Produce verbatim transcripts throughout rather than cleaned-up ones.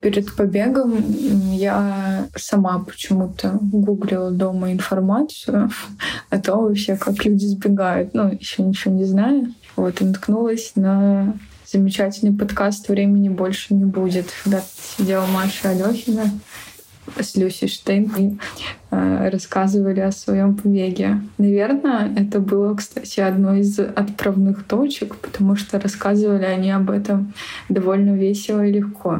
Перед побегом я сама почему-то гуглила дома информацию о том вообще, как люди сбегают. Ну, еще ничего не знаю. Вот, и наткнулась на замечательный подкаст «Времени больше не будет». Когда сидела Маша Алёхина с Люсей Штейн и э, рассказывали о своем побеге. Наверное, это было, кстати, одной из отправных точек, потому что рассказывали они об этом довольно весело и легко.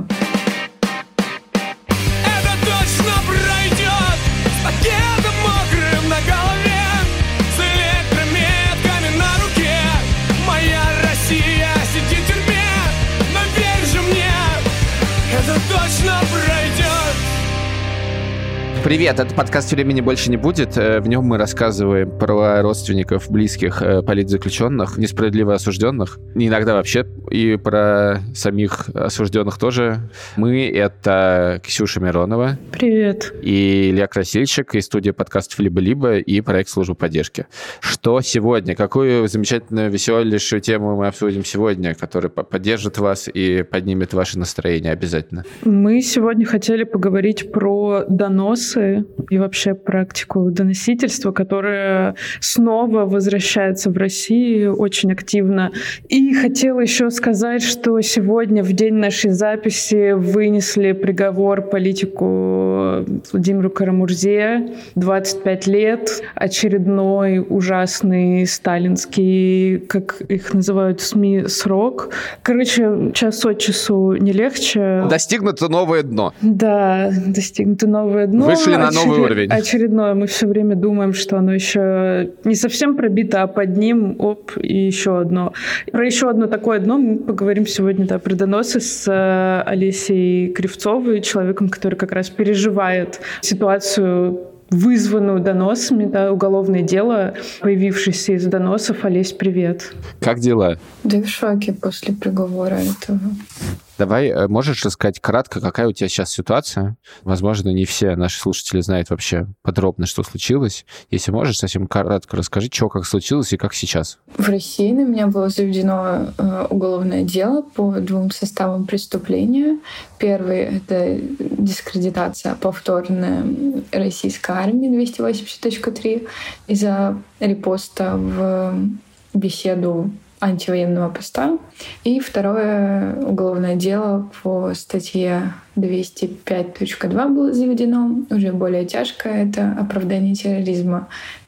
Привет, это подкаст «Времени больше не будет». В нем мы рассказываем про родственников, близких политзаключенных, несправедливо осужденных, иногда вообще, и про самих осужденных тоже. Мы — это Ксюша Миронова. Привет. И Илья Красильщик из студии подкастов «Либо-либо» и проект «Служба поддержки». Что сегодня? Какую замечательную, веселейшую тему мы обсудим сегодня, которая поддержит вас и поднимет ваше настроение обязательно? Мы сегодня хотели поговорить про доносы и вообще практику доносительства, которая снова возвращается в России очень активно. И хотела еще сказать, что сегодня, в день нашей записи, вынесли приговор политику Владимиру Карамурзе. двадцать пять лет. Очередной ужасный сталинский, как их называют в СМИ, срок. Короче, час от часу не легче. Достигнуто новое дно. Да, достигнуто новое дно. Вышли на новый Очеред... уровень. Очередное. Мы все время думаем, что оно еще не совсем пробито, а под ним, оп, и еще одно. Про еще одно такое дно мы поговорим сегодня, да, про доносы с э, Олесей Кривцовой, человеком, который как раз переживает ситуацию, вызванную доносами, да, уголовное дело, появившееся из доносов. Олесь, привет. Как дела? Да в шоке после приговора этого. Давай, можешь рассказать кратко, какая у тебя сейчас ситуация? Возможно, не все наши слушатели знают вообще подробно, что случилось. Если можешь, совсем кратко расскажи, что, как случилось и как сейчас. В России на меня было заведено э, уголовное дело по двум составам преступления. Первый — это дискредитация повторная российской армии двести восемьдесят точка три из-за репоста в беседу антивоенного поста. И второе уголовное дело по статье двести пять точка два было заведено, уже более тяжкое, это оправдание терроризма.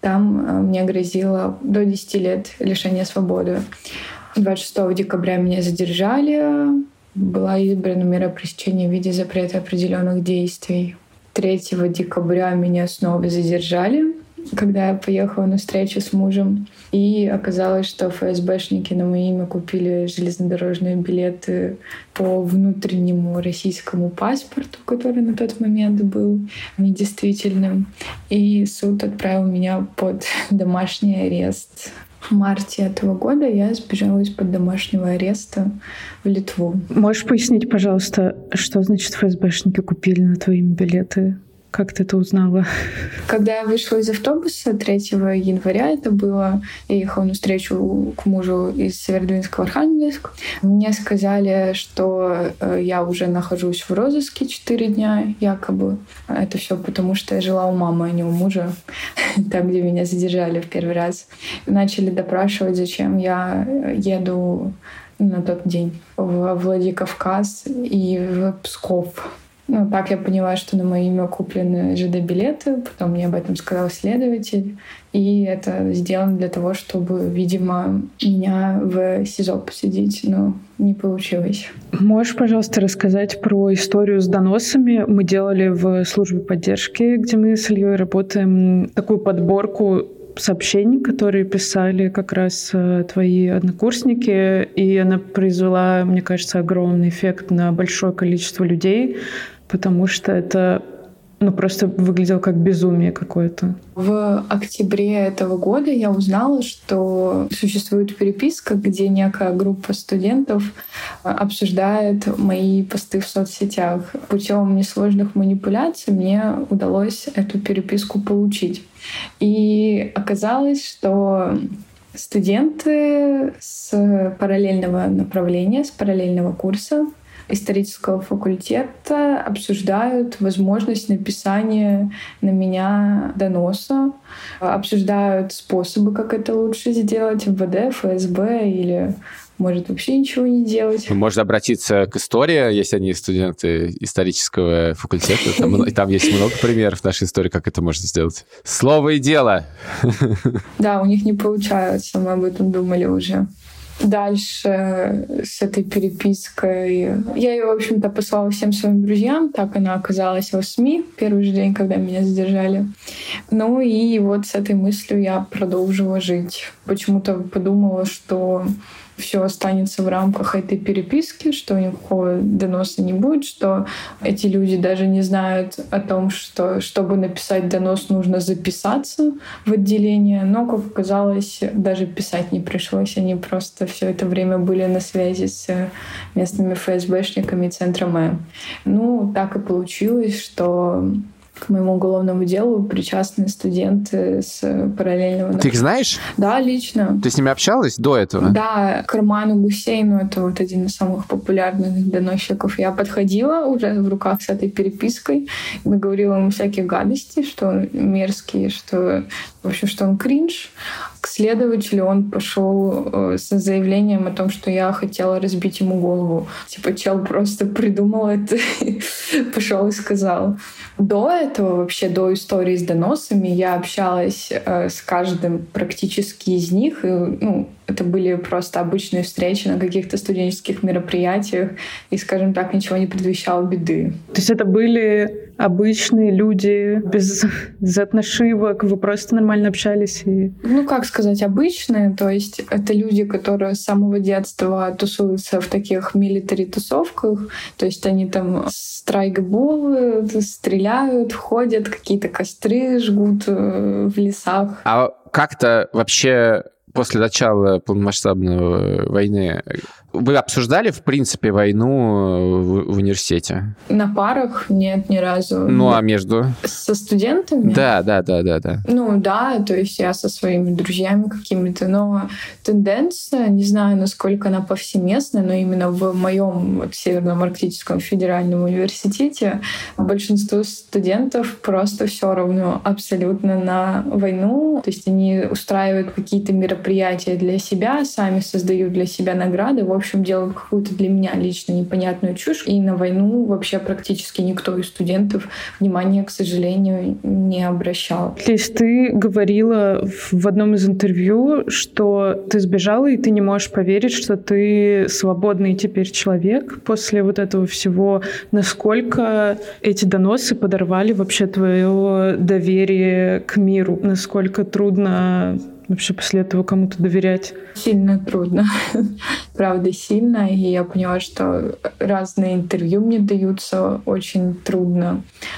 Там мне грозило до десяти лет лишения свободы. двадцать шестого декабря меня задержали. Была избрана мера пресечения в виде запрета определенных действий. третьего декабря меня снова задержали, когда я поехала на встречу с мужем. И оказалось, что ФСБшники на мое имя купили железнодорожные билеты по внутреннему российскому паспорту, который на тот момент был недействительным. И суд отправил меня под домашний арест. В марте этого года я сбежала из-под домашнего ареста в Литву. Можешь пояснить, пожалуйста, что значит ФСБшники купили на твои билеты? Как ты это узнала? Когда я вышла из автобуса третьего января, это было, я ехала на встречу к мужу из Северодвинска в Архангельск, мне сказали, что я уже нахожусь в розыске четыре дня, якобы. Это все потому, что я жила у мамы, а не у мужа, там, где меня задержали в первый раз. Начали допрашивать, зачем я еду на тот день в Владикавказ и в Псков. Ну, так я поняла, что на мое имя куплены ЖД-билеты, потом мне об этом сказал следователь. И это сделано для того, чтобы, видимо, меня в СИЗО посадить, но не получилось. Можешь, пожалуйста, рассказать про историю с доносами? Мы делали в службе поддержки, где мы с Ильей работаем, такую подборку сообщений, которые писали как раз твои однокурсники, и она произвела, мне кажется, огромный эффект на большое количество людей, потому что это ну, просто выглядело как безумие какое-то. В октябре этого года я узнала, что существует переписка, где некая группа студентов обсуждает мои посты в соцсетях. Путем несложных манипуляций мне удалось эту переписку получить. И оказалось, что студенты с параллельного направления, с параллельного курса исторического факультета обсуждают возможность написания на меня доноса, обсуждают способы, как это лучше сделать, эм вэ дэ, эф эс бэ или, может, вообще ничего не делать. Можно обратиться к истории, если они студенты исторического факультета. Там, там есть много примеров в нашей истории, как это можно сделать. Слово и дело. Да, у них не получается, мы об этом думали уже. Дальше с этой перепиской... Я ее, в общем-то, послала всем своим друзьям. Так она оказалась в СМИ первый же день, когда меня задержали. Ну и вот с этой мыслью я продолжила жить. Почему-то подумала, что все останется в рамках этой переписки, что никакого доноса не будет, что эти люди даже не знают о том, что чтобы написать донос, нужно записаться в отделение. Но, как оказалось, даже писать не пришлось. Они просто все это время были на связи с местными эф эс бэшниками Центром М. Ну, так и получилось, что к моему уголовному делу причастны студенты с параллельного... Ты их знаешь? Да, лично. Ты с ними общалась до этого? Да, к Роману Гусейну, это вот один из самых популярных доносчиков. Я подходила уже в руках с этой перепиской, наговорила ему всякие гадости, что он мерзкий, что, в общем, что он кринж. К следователю он пошел с заявлением о том, что я хотела разбить ему голову. Типа, чел просто придумал это, пошел и сказал. До этого, вообще до истории с доносами, я общалась э, с каждым практически из них. И, ну, это были просто обычные встречи на каких-то студенческих мероприятиях. И, скажем так, ничего не предвещало беды. То есть это были обычные люди, без, без отношивок, вы просто нормально общались? И... Ну, как сказать, обычные. То есть это люди, которые с самого детства тусуются в таких милитари-тусовках. То есть они там страйкболы, стреляют, ходят, какие-то костры жгут в лесах. А как-то вообще после начала полномасштабной войны вы обсуждали, в принципе, войну в, в университете? На парах нет ни разу. Ну, а между? Со студентами? Да, да, да, да, да. Ну, да, то есть я со своими друзьями какими-то, но тенденция, не знаю, насколько она повсеместная, но именно в моем вот, Северном Арктическом федеральном университете большинству студентов просто все равно абсолютно на войну. То есть они устраивают какие-то мероприятия для себя, сами создают для себя награды, в общем, делают какую-то для меня лично непонятную чушь. И на войну вообще практически никто из студентов внимания, к сожалению, не обращал. Лиз, ты говорила в одном из интервью, что ты сбежала, и ты не можешь поверить, что ты свободный теперь человек после вот этого всего. Насколько эти доносы подорвали вообще твое доверие к миру? Насколько трудно вообще после этого кому-то доверять? Сильно трудно. Правда, сильно. И я поняла, что разные интервью мне даются очень трудно.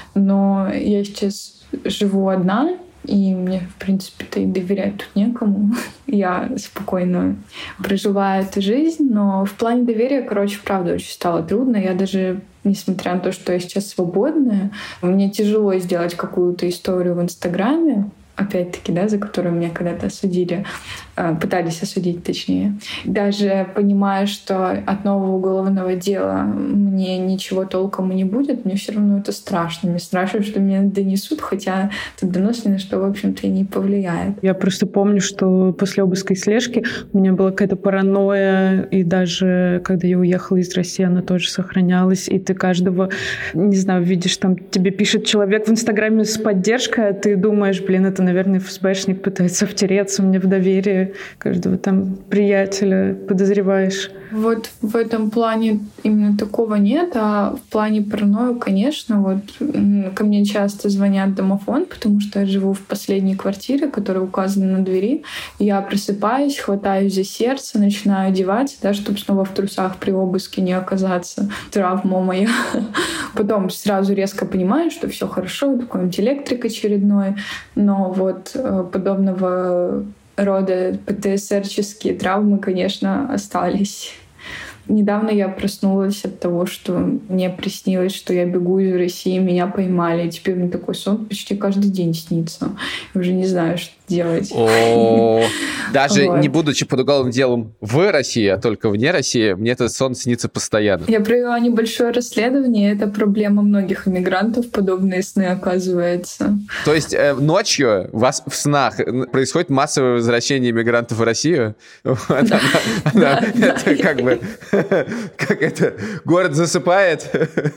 Но я сейчас живу одна, и мне, в принципе-то, и доверять тут некому. Я спокойно проживаю эту жизнь. Но в плане доверия, короче, правда, очень стало трудно. Я даже, несмотря на то, что я сейчас свободная, мне тяжело сделать какую-то историю в Инстаграме, опять-таки, да, за которую меня когда-то осудили, пытались осудить, точнее. Даже понимая, что от нового уголовного дела мне ничего толком и не будет, мне все равно это страшно. Мне страшно, что меня донесут, хотя этот донос ни на что, в общем-то, и не повлияет. Я просто помню, что после обыска и слежки у меня была какая-то паранойя, и даже когда я уехала из России, она тоже сохранялась, и ты каждого, не знаю, видишь, там тебе пишет человек в Инстаграме с поддержкой, а ты думаешь, блин, это, наверное, эф эс бэшник пытается втереться мне в доверие, каждого там приятеля подозреваешь. Вот в этом плане именно такого нет, а в плане паранойи, конечно, вот ко мне часто звонят домофон, потому что я живу в последней квартире, которая указана на двери. Я просыпаюсь, хватаюсь за сердце, начинаю одеваться, да, чтобы снова в трусах при обыске не оказаться. Травма моя. Потом сразу резко понимаю, что все хорошо, какой-нибудь электрик очередной, но вот подобного рода пэ тэ эс эр-ческие травмы, конечно, остались. Недавно я проснулась от того, что мне приснилось, что я бегу из России, меня поймали. И теперь мне такой сон почти каждый день снится. Я уже не знаю, делать. О, даже не будучи под уголовным делом в России, а только вне России, мне этот сон снится постоянно. Я провела небольшое расследование, это проблема многих иммигрантов, подобные сны, оказывается. То есть э, ночью у вас в снах происходит массовое возвращение иммигрантов в Россию? Это как бы, как это, город засыпает,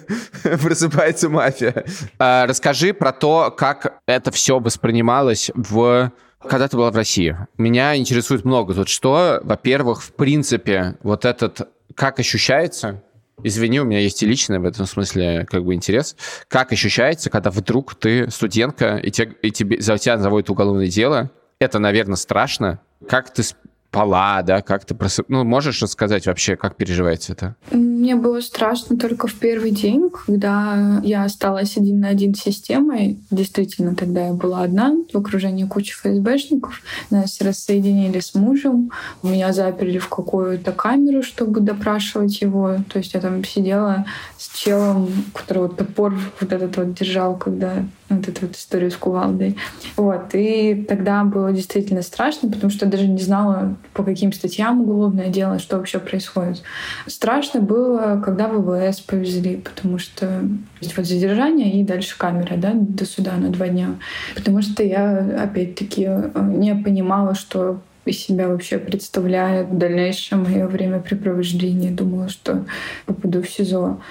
просыпается мафия. Расскажи про то, как это все воспринималось в... Когда ты была в России? Меня интересует много тут что. Во-первых, в принципе, вот этот... Как ощущается... Извини, у меня есть и личное в этом смысле как бы интерес. Как ощущается, когда вдруг ты студентка, и, те, и тебе, за тебя заводят уголовное дело? Это, наверное, страшно. Как ты спала, да? Как ты просып... Ну, можешь рассказать вообще, как переживается это? Мне было страшно только в первый день, когда я осталась один на один с системой. Действительно, тогда я была одна, в окружении кучи эф эс бэшников. Нас рассоединили с мужем. Меня заперли в какую-то камеру, чтобы допрашивать его. То есть я там сидела с челом, который вот топор вот этот вот держал, когда вот эту вот историю с кувалдой. Вот. И тогда было действительно страшно, потому что я даже не знала, по каким статьям уголовное дело, что вообще происходит. Страшно было, когда в ВВС повезли, потому что есть вот задержание и дальше камера, да, до суда на два дня. Потому что я, опять-таки, не понимала, что из себя вообще представляет дальнейшее мое времяпрепровождение. Думала, что попаду в СИЗО.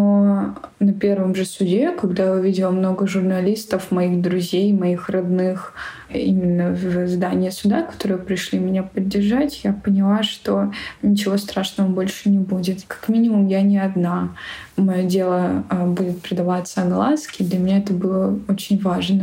Но на первом же суде, когда я увидела много журналистов, моих друзей, моих родных, именно в здание суда, которые пришли меня поддержать, я поняла, что ничего страшного больше не будет. Как минимум, я не одна. Мое дело будет предаваться огласке. Для меня это было очень важно.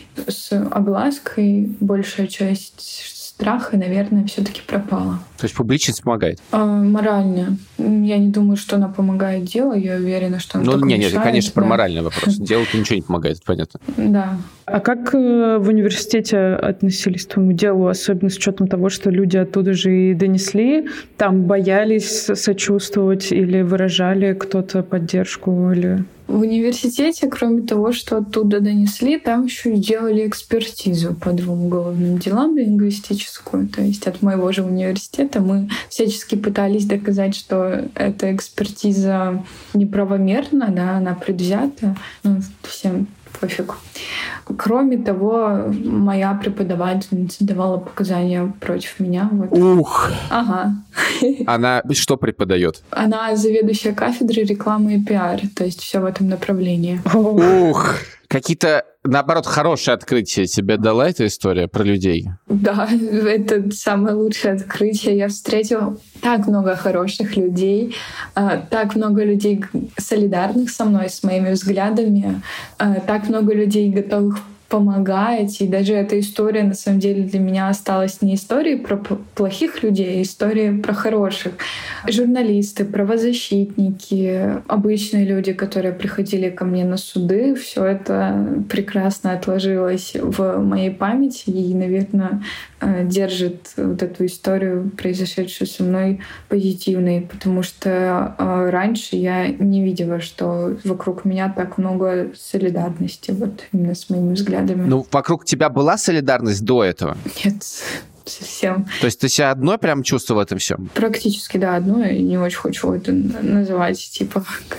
С оглаской большая часть страха, наверное, все-таки пропала. То есть публичность помогает? А, морально. Я не думаю, что она помогает делу. Я уверена, что она Ну, только нет, мешает. нет, конечно, да. про моральный вопрос. Делу-то ничего не помогает, это понятно. Да. А как в университете относились к твоему делу, особенно с учетом того, что люди оттуда же и донесли? Там боялись сочувствовать или выражали кто-то поддержку? Или... В университете, кроме того, что оттуда донесли, там еще сделали экспертизу по двум уголовным делам лингвистическую. То есть от моего же университета мы всячески пытались доказать, что эта экспертиза неправомерна, да, она предвзята. Ну, всем пофиг. Кроме того, моя преподавательница давала показания против меня. Вот. Ух! Ага. Она что преподает? Она заведующая кафедрой рекламы и пиар, то есть все в этом направлении. Ух! Какие-то, наоборот, хорошие открытия тебе дала эта история про людей? Да, это самое лучшее открытие. Я встретила так много хороших людей, так много людей солидарных со мной, с моими взглядами, так много людей готовых помогать. И даже эта история, на самом деле, для меня осталась не историей про плохих людей, а историей про хороших. Журналисты, правозащитники, обычные люди, которые приходили ко мне на суды, все это прекрасно отложилось в моей памяти и, наверное, держит вот эту историю, произошедшую со мной, позитивной, потому что раньше я не видела, что вокруг меня так много солидарности, вот именно с моими взглядами. Ну, вокруг тебя была солидарность до этого? Нет, совсем. То есть ты себя одной прям чувствовала в этом всем? Практически, да, одной. Не очень хочу это называть, типа,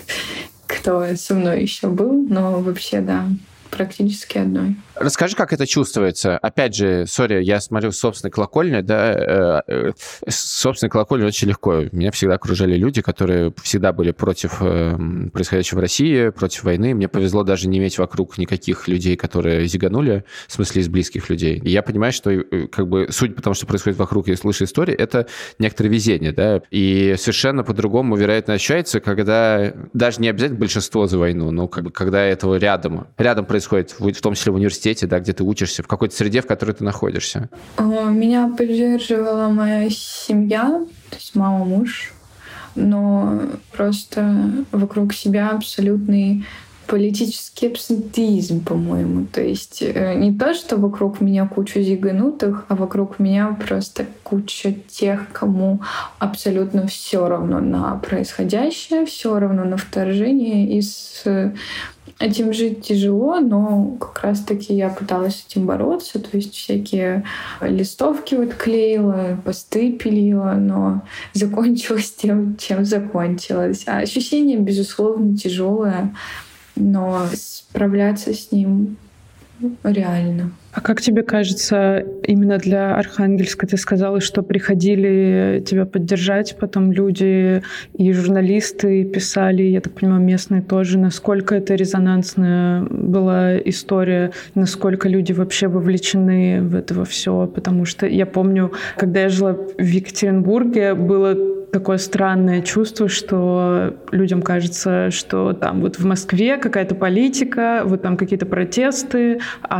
кто со мной еще был, но вообще, да, практически одной. Расскажи, как это чувствуется. Опять же, сори, я смотрю собственной колокольни, да, э, э, собственной колокольни очень легко. Меня всегда окружали люди, которые всегда были против э, происходящего в России, против войны. Мне повезло даже не иметь вокруг никаких людей, которые зиганули, в смысле из близких людей. И я понимаю, что э, как бы судя по тому, что происходит вокруг, и слышу истории, это некоторое везение, да. И совершенно по-другому, вероятно, ощущается, когда даже не обязательно большинство за войну, но как бы когда этого рядом, рядом происходит, в том числе в университете, да, где ты учишься, в какой-то среде, в которой ты находишься? Меня поддерживала моя семья, то есть мама, муж, но просто вокруг себя абсолютный политический абсентеизм, по-моему. То есть не то, что вокруг меня куча зиганутых, а вокруг меня просто куча тех, кому абсолютно все равно на происходящее, все равно на вторжение. И с этим жить тяжело, но как раз-таки я пыталась с этим бороться. То есть всякие листовки вот клеила, посты пилила, но закончилось тем, чем закончилось. А ощущение, безусловно, тяжелое, но справляться с ним реально. А как тебе кажется, именно для Архангельска ты сказала, что приходили тебя поддержать потом люди и журналисты писали, я так понимаю, местные тоже, насколько это резонансная была история, насколько люди вообще вовлечены в это все, потому что я помню, когда я жила в Екатеринбурге, было такое странное чувство, что людям кажется, что там вот в Москве какая-то политика, вот там какие-то протесты,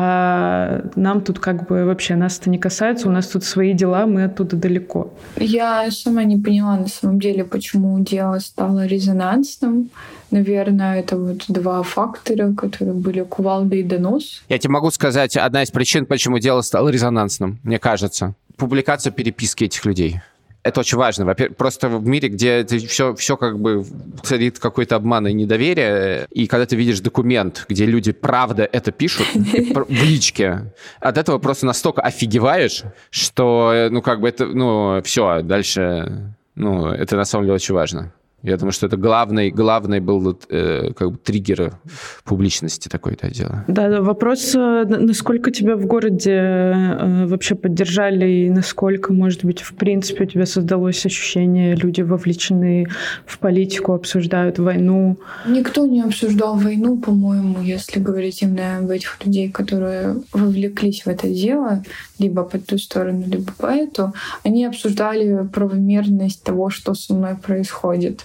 а нам тут как бы вообще нас это не касается, у нас тут свои дела, мы оттуда далеко. Я сама не поняла на самом деле, почему дело стало резонансным. Наверное, это вот два фактора, которые были: кувалда и донос. Я тебе могу сказать, одна из причин, почему дело стало резонансным, мне кажется. Публикация переписки этих людей. Это очень важно. Во-первых, просто в мире, где все, все как бы царит какой-то обман и недоверие, и когда ты видишь документ, где люди правда это пишут в личке, от этого просто настолько офигеваешь, что, ну, как бы это, ну, все, дальше, ну, это на самом деле очень важно. Я думаю, что это главный, главный был э, как бы триггер публичности такое-то дело. Да, да, вопрос, насколько тебя в городе э, вообще поддержали, и насколько, может быть, в принципе у тебя создалось ощущение, люди вовлечены в политику, обсуждают войну? Никто не обсуждал войну, по-моему, если говорить именно об этих людей, которые вовлеклись в это дело, либо по ту сторону, либо по эту. Они обсуждали правомерность того, что со мной происходит.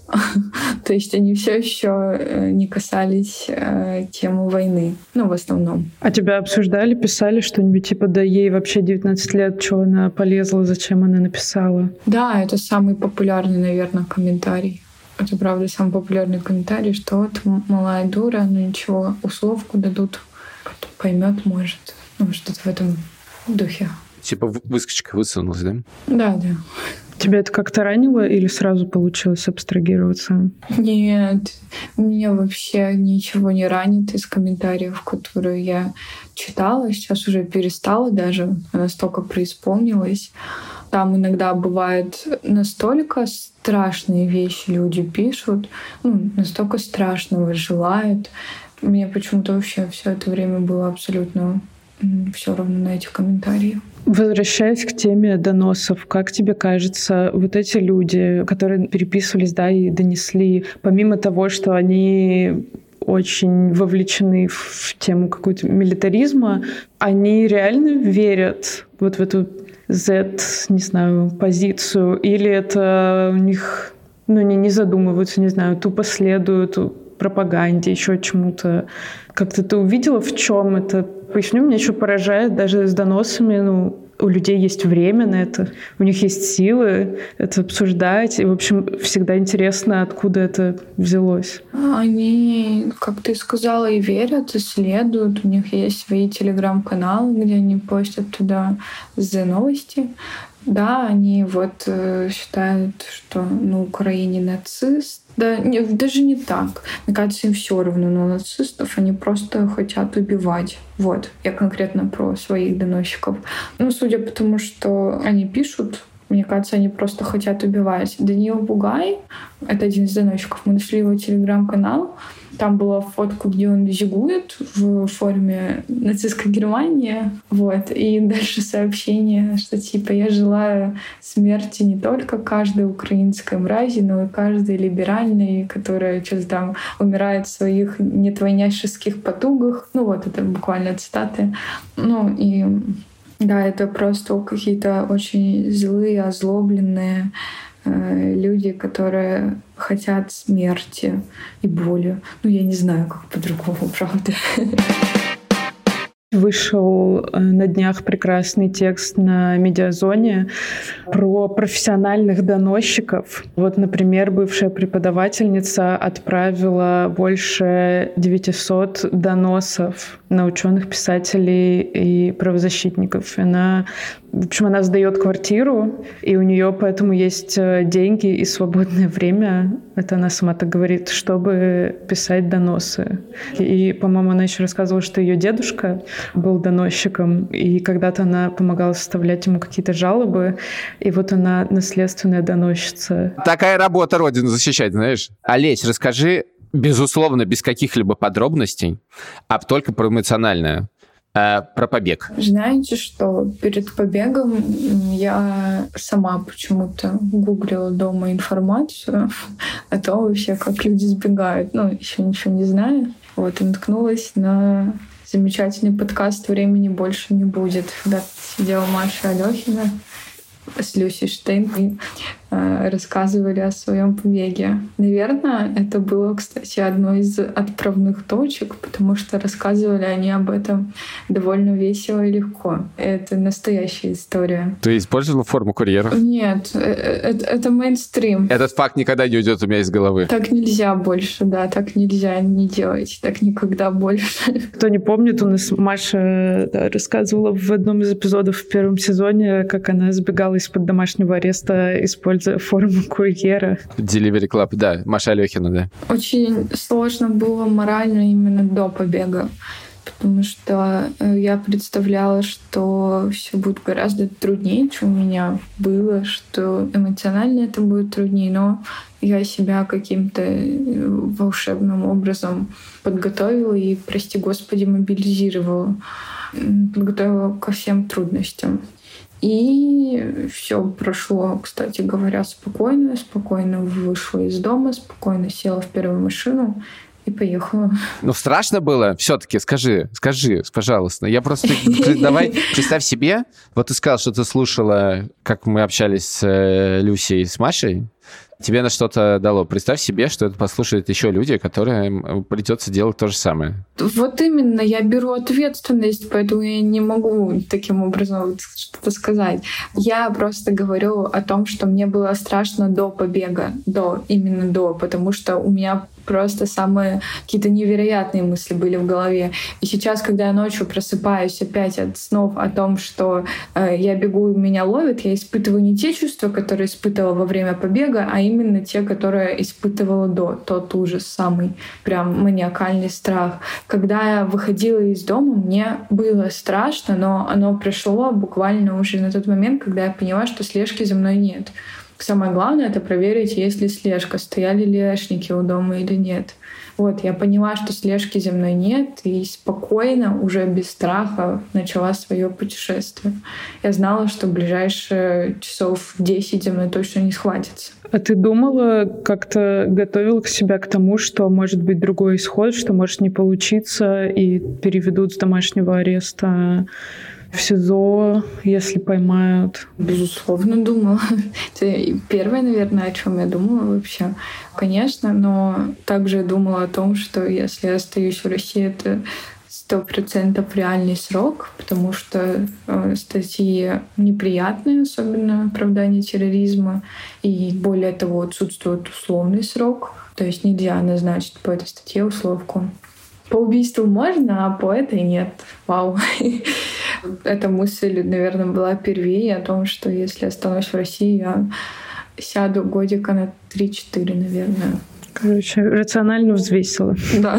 То есть они все еще не касались э, темы войны, ну, в основном. А тебя обсуждали, писали что-нибудь типа, да ей вообще девятнадцать лет, что она полезла, зачем она написала? Да, это самый популярный, наверное, комментарий. Это, правда, самый популярный комментарий, что вот малая дура, ну ничего, условку дадут, поймет, может. Ну, что-то в этом духе. Типа выскочка высунулась, да? Да, да. Тебя это как-то ранило или сразу получилось абстрагироваться? Нет, меня вообще ничего не ранит из комментариев, которые я читала. Сейчас уже перестала даже, настолько преисполнилась. Там иногда бывает настолько страшные вещи люди пишут, ну, настолько страшного желают. Мне почему-то вообще все это время было абсолютно все равно на эти комментарии. Возвращаясь к теме доносов, как тебе кажется, вот эти люди, которые переписывались, да, и донесли, помимо того, что они очень вовлечены в тему какого-то милитаризма, они реально верят вот в эту Z, не знаю, позицию, или это у них, ну, они не задумываются, не знаю, тупо следуют пропаганде, еще чему-то. Как-то ты увидела, в чем это? Поясню, меня еще поражает даже с доносами, ну, у людей есть время на это, у них есть силы это обсуждать, и, в общем, всегда интересно, откуда это взялось. Они, как ты сказала, и верят, и следуют. У них есть свои телеграм-каналы, где они постят туда Z-новости. Да, они вот э, считают, что на Украине нацист. Да, не, даже не так. Мне кажется, им все равно на нацистов. Они просто хотят убивать. Вот. Я конкретно про своих доносчиков. Ну, судя по тому, что они пишут, мне кажется, они просто хотят убивать. Даниил Бугай — это один из доносчиков. Мы нашли его телеграм-канал. Там была фотка, где он зигует в форме нацистской Германии. Вот. И дальше сообщение, что типа «Я желаю смерти не только каждой украинской мрази, но и каждой либеральной, которая что-то там умирает в своих нетвойняшеских потугах». Ну вот, это буквально цитаты. Ну и да, это просто какие-то очень злые, озлобленные э, люди, которые хотят смерти и боли. Ну, я не знаю, как по-другому, правда. Вышел на днях прекрасный текст на Медиазоне про профессиональных доносчиков. Вот, например, бывшая преподавательница отправила больше девятисот доносов на ученых, писателей и правозащитников. Она, в общем, она сдает квартиру, и у нее поэтому есть деньги и свободное время, это она сама так говорит, чтобы писать доносы. И, по-моему, она еще рассказывала, что ее дедушка был доносчиком, и когда-то она помогала составлять ему какие-то жалобы, и вот она наследственная доносчица. Такая работа Родину защищать, знаешь. Олесь, расскажи, безусловно, без каких-либо подробностей, а только про эмоциональное, э, про побег. Знаете, что перед побегом я сама почему-то гуглила дома информацию о том вообще, как люди сбегают. Ну, еще ничего не знаю. Вот, и наткнулась на замечательный подкаст «Времени больше не будет». Когда сидела Маша Алёхина с Люсей Штейн и э, рассказывали о своем побеге. Наверное, это было, кстати, одной из отправных точек, потому что рассказывали они об этом довольно весело и легко. Это настоящая история. Ты использовала форму курьера? Нет, это, это мейнстрим. Этот факт никогда не уйдет у меня из головы. Так нельзя больше, да, так нельзя не делать, так никогда больше. Кто не помнит, у нас Маша да, рассказывала в одном из эпизодов в первом сезоне, как она сбегала из-под домашнего ареста, используя форму курьера. Delivery Club, да, Маша Алёхина, да. Очень сложно было морально именно до побега, потому что я представляла, что все будет гораздо труднее, чем у меня было, что эмоционально это будет труднее, но я себя каким-то волшебным образом подготовила и, прости господи, мобилизировала, подготовила ко всем трудностям. И все прошло, кстати говоря, спокойно. Спокойно вышла из дома, спокойно села в первую машину и поехала. Ну, страшно было? Все-таки скажи, скажи, пожалуйста. Я просто... Давай, представь себе, вот ты сказал, что ты слушала, как мы общались с Люсей и с Машей. Тебе на что-то дало. Представь себе, что это послушают еще люди, которым придется делать то же самое. Вот именно, я беру ответственность, поэтому я не могу таким образом что-то сказать. Я просто говорю о том, что мне было страшно до побега, до, именно до, потому что у меня просто самые какие-то невероятные мысли были в голове. И сейчас, когда я ночью просыпаюсь опять от снов о том, что э, я бегу и меня ловят, я испытываю не те чувства, которые испытывала во время побега, а именно те, которые испытывала до. Тот ужас, самый прям маниакальный страх. Когда я выходила из дома, мне было страшно, но оно пришло буквально уже на тот момент, когда я поняла, что слежки за мной нет. Самое главное — это проверить, есть ли слежка, стояли ли эшники у дома или нет. Вот, я поняла, что слежки за мной нет, и спокойно, уже без страха, начала свое путешествие. Я знала, что в ближайшие часов десять за мной точно не схватится. А ты думала, как-то готовила себя к тому, что может быть другой исход, что может не получиться, и переведут с домашнего ареста в СИЗО, если поймают? Безусловно, думала. Это первое, наверное, о чем я думала вообще. Конечно, но также я думала о том, что если я остаюсь в России, это сто процентов реальный срок, потому что э, статьи неприятные, особенно оправдание терроризма, и более того, отсутствует условный срок, то есть нельзя назначить по этой статье условку. По убийству можно, а по этой нет. Вау. Эта мысль, наверное, была первее о том, что если останусь в России, я сяду годика на три-четыре, наверное. Короче, рационально взвесила. Да.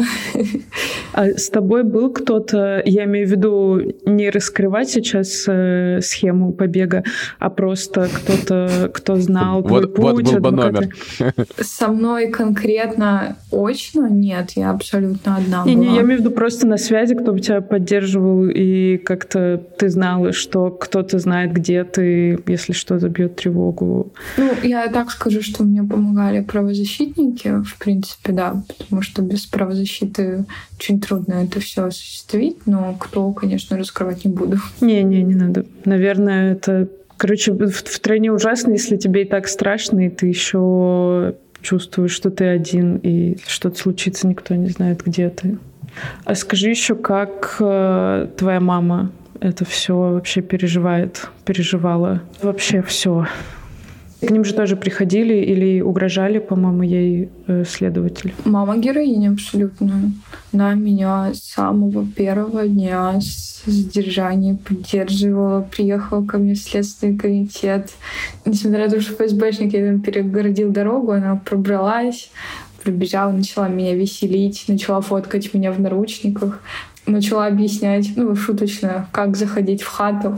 А с тобой был кто-то, я имею в виду не раскрывать сейчас э, схему побега, а просто кто-то, кто знал твой вот, путь. Вот был бы номер. Со мной конкретно очно нет, я абсолютно одна не, была. Не, я имею в виду просто на связи, кто бы тебя поддерживал, и как-то ты знала, что кто-то знает, где ты, если что, забьет тревогу. Ну, я так скажу, что мне помогали правозащитники, в принципе, да, потому что без правозащиты очень трудно это все осуществить, но кто, конечно, раскрывать не буду. Не-не, не надо. Наверное, это... Короче, втройне ужасно, если тебе и так страшно, и ты еще чувствуешь, что ты один, и что-то случится, никто не знает, где ты. А скажи еще, как э, твоя мама это все вообще переживает, переживала? Вообще все. К ним же тоже приходили или угрожали, по-моему, ей э, следователь? Мама героиня абсолютно. Она меня с самого первого дня с задержания поддерживала, приехала ко мне в Следственный комитет. Несмотря на то, что ФСБшник ей там перегородил дорогу, она пробралась, прибежала, начала меня веселить, начала фоткать меня в наручниках, начала объяснять, ну, шуточно, как заходить в хату.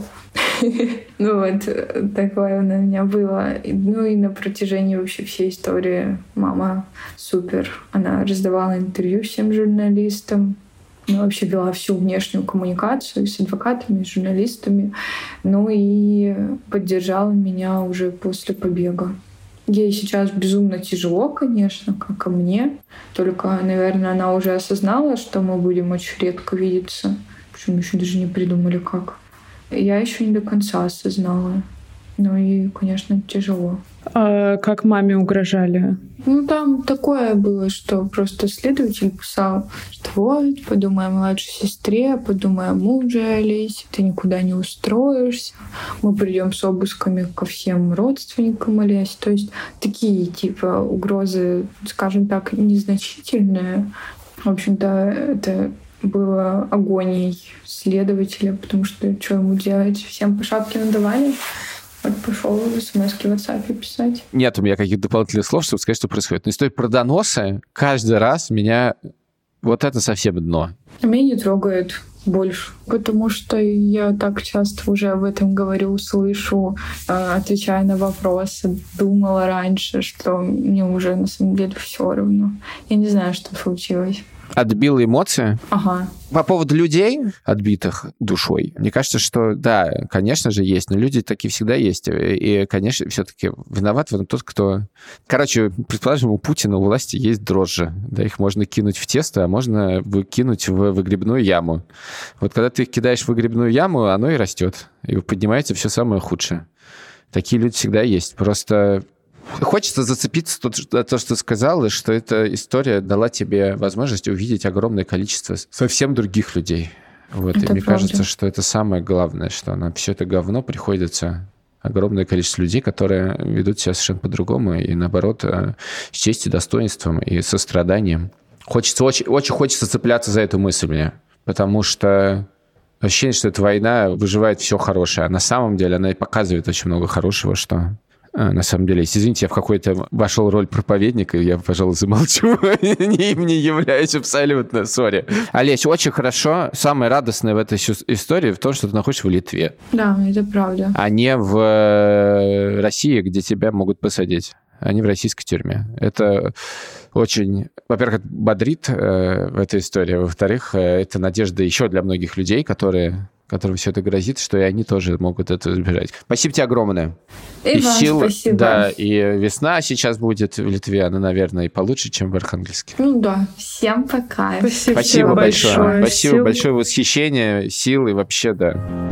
Ну вот, такое у меня было. Ну и на протяжении вообще всей истории мама супер. Она раздавала интервью всем журналистам. Она вообще вела всю внешнюю коммуникацию с адвокатами, с журналистами. Ну и поддержала меня уже после побега. Ей сейчас безумно тяжело, конечно, как и мне. Только, наверное, она уже осознала, что мы будем очень редко видеться. Причем еще даже не придумали, как. Я еще не до конца осознала. Ну и, конечно, тяжело. А как маме угрожали? Ну, там такое было, что просто следователь писал, что вот, подумай о младшей сестре, подумай о муже Олесе, ты никуда не устроишься, мы придем с обысками ко всем родственникам Олеси. То есть такие, типа, угрозы, скажем так, незначительные. В общем-то, это было агонией следователя, потому что что ему делать? Всем по шапке надавали. Вот пошел смс-ки в WhatsApp писать. Нет у меня каких-то дополнительных слов, чтобы сказать, что происходит. Но история про доносы каждый раз меня... Вот это совсем дно. Меня не трогает больше, потому что я так часто уже об этом говорю, слышу, отвечая на вопросы, думала раньше, что мне уже на самом деле все равно. Я не знаю, что случилось. Отбила эмоции? Ага. По поводу людей, отбитых душой, мне кажется, что да, конечно же, есть, но люди такие всегда есть. И, конечно, все-таки виноват в этом тот, кто... Короче, предположим, у Путина у власти есть дрожжи. Да, их можно кинуть в тесто, а можно выкинуть в выгребную яму. Вот когда ты их кидаешь в выгребную яму, оно и растет. И поднимается все самое худшее. Такие люди всегда есть. Просто... Хочется зацепиться за то, что ты сказала, что эта история дала тебе возможность увидеть огромное количество совсем других людей. Вот. И мне правда. Кажется, что это самое главное, что на все это говно приходится огромное количество людей, которые ведут себя совершенно по-другому и, наоборот, с честью, достоинством и состраданием. Хочется, очень, очень хочется цепляться за эту мысль мне, потому что ощущение, что эта война выживает все хорошее, а на самом деле она и показывает очень много хорошего, что... На самом деле, извините, я в какой-то вошел роль проповедника, и я, пожалуй, замолчу. Им не являюсь абсолютно, сори. Олесь, очень хорошо. Самое радостное в этой истории в том, что ты находишься в Литве. Да, это правда. А не в России, где тебя могут посадить. А не в российской тюрьме. Это очень, во-первых, это бодрит э, в этой истории. Во-вторых, э, это надежда еще для многих людей, которые... которым все это грозит, что и они тоже могут это избежать. Спасибо тебе огромное. И, и вам сил, спасибо. Да, и весна сейчас будет в Литве, она, наверное, и получше, чем в Архангельске. Ну да. Всем пока. Спасибо, Спасибо большое. большое. Спасибо Сил. большое восхищение, сил и вообще, да.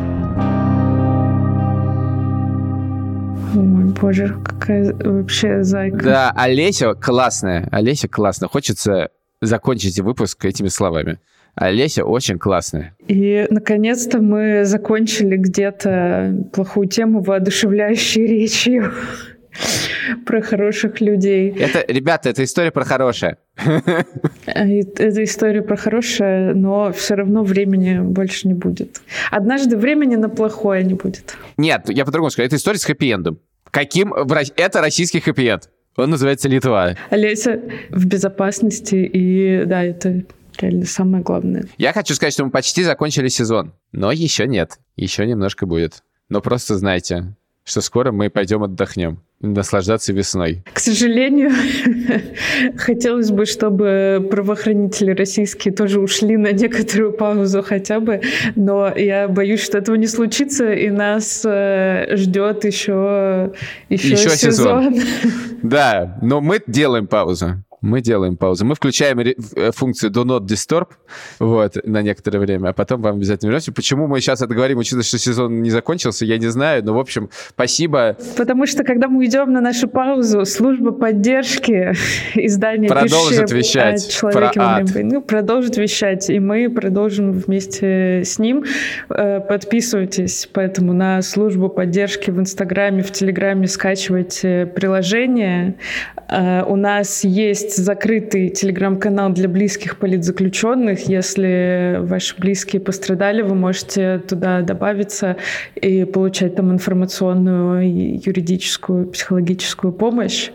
Ой, боже, какая вообще зайка. Да, Олеся классная. Олеся классная. Хочется закончить выпуск этими словами. Олеся очень классная. И, наконец-то, мы закончили где-то плохую тему воодушевляющей речью про хороших людей. Это, ребята, это история про хорошее. Это история про хорошее, но все равно времени больше не будет. Однажды времени на плохое не будет. Нет, я по-другому скажу. Это история с хэппи-эндом. Каким? Это российский хэппи-энд. Он называется Литва. Олеся в безопасности, и да, это... реально самое главное. Я хочу сказать, что мы почти закончили сезон, но еще нет. Еще немножко будет. Но просто знайте, что скоро мы пойдем отдохнем, наслаждаться весной. К сожалению, хотелось бы, чтобы правоохранители российские тоже ушли на некоторую паузу хотя бы, но я боюсь, что этого не случится, и нас э, ждет еще, еще, еще сезон. сезон. Да, но мы делаем паузу. мы делаем паузу. Мы включаем ре- функцию Do Not Disturb вот, на некоторое время, а потом вам обязательно вернемся. Почему мы сейчас это говорим, учитывая, что сезон не закончился, я не знаю, но, в общем, спасибо. Потому что, когда мы уйдем на нашу паузу, служба поддержки издания продолжит вещать про ад. Ну, продолжит вещать, и мы продолжим вместе с ним. Подписывайтесь поэтому на службу поддержки в Инстаграме, в Телеграме, скачивайте приложение. У нас есть закрытый Телеграм-канал для близких политзаключенных. Если ваши близкие пострадали, вы можете туда добавиться и получать там информационную, юридическую, психологическую помощь.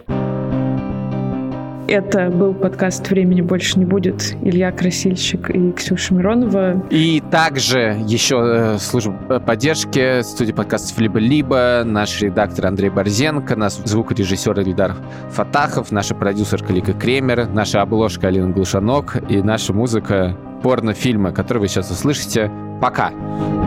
Это был подкаст «Времени больше не будет». Илья Красильщик и Ксюша Миронова. И также еще служба поддержки, студия подкастов «Либо-либо», наш редактор Андрей Борзенко, наш звукорежиссер Ильдар Фатахов, наша продюсерка Лика Кремер, наша обложка Алина Глушанок и наша музыка порнофильма, который вы сейчас услышите. Пока!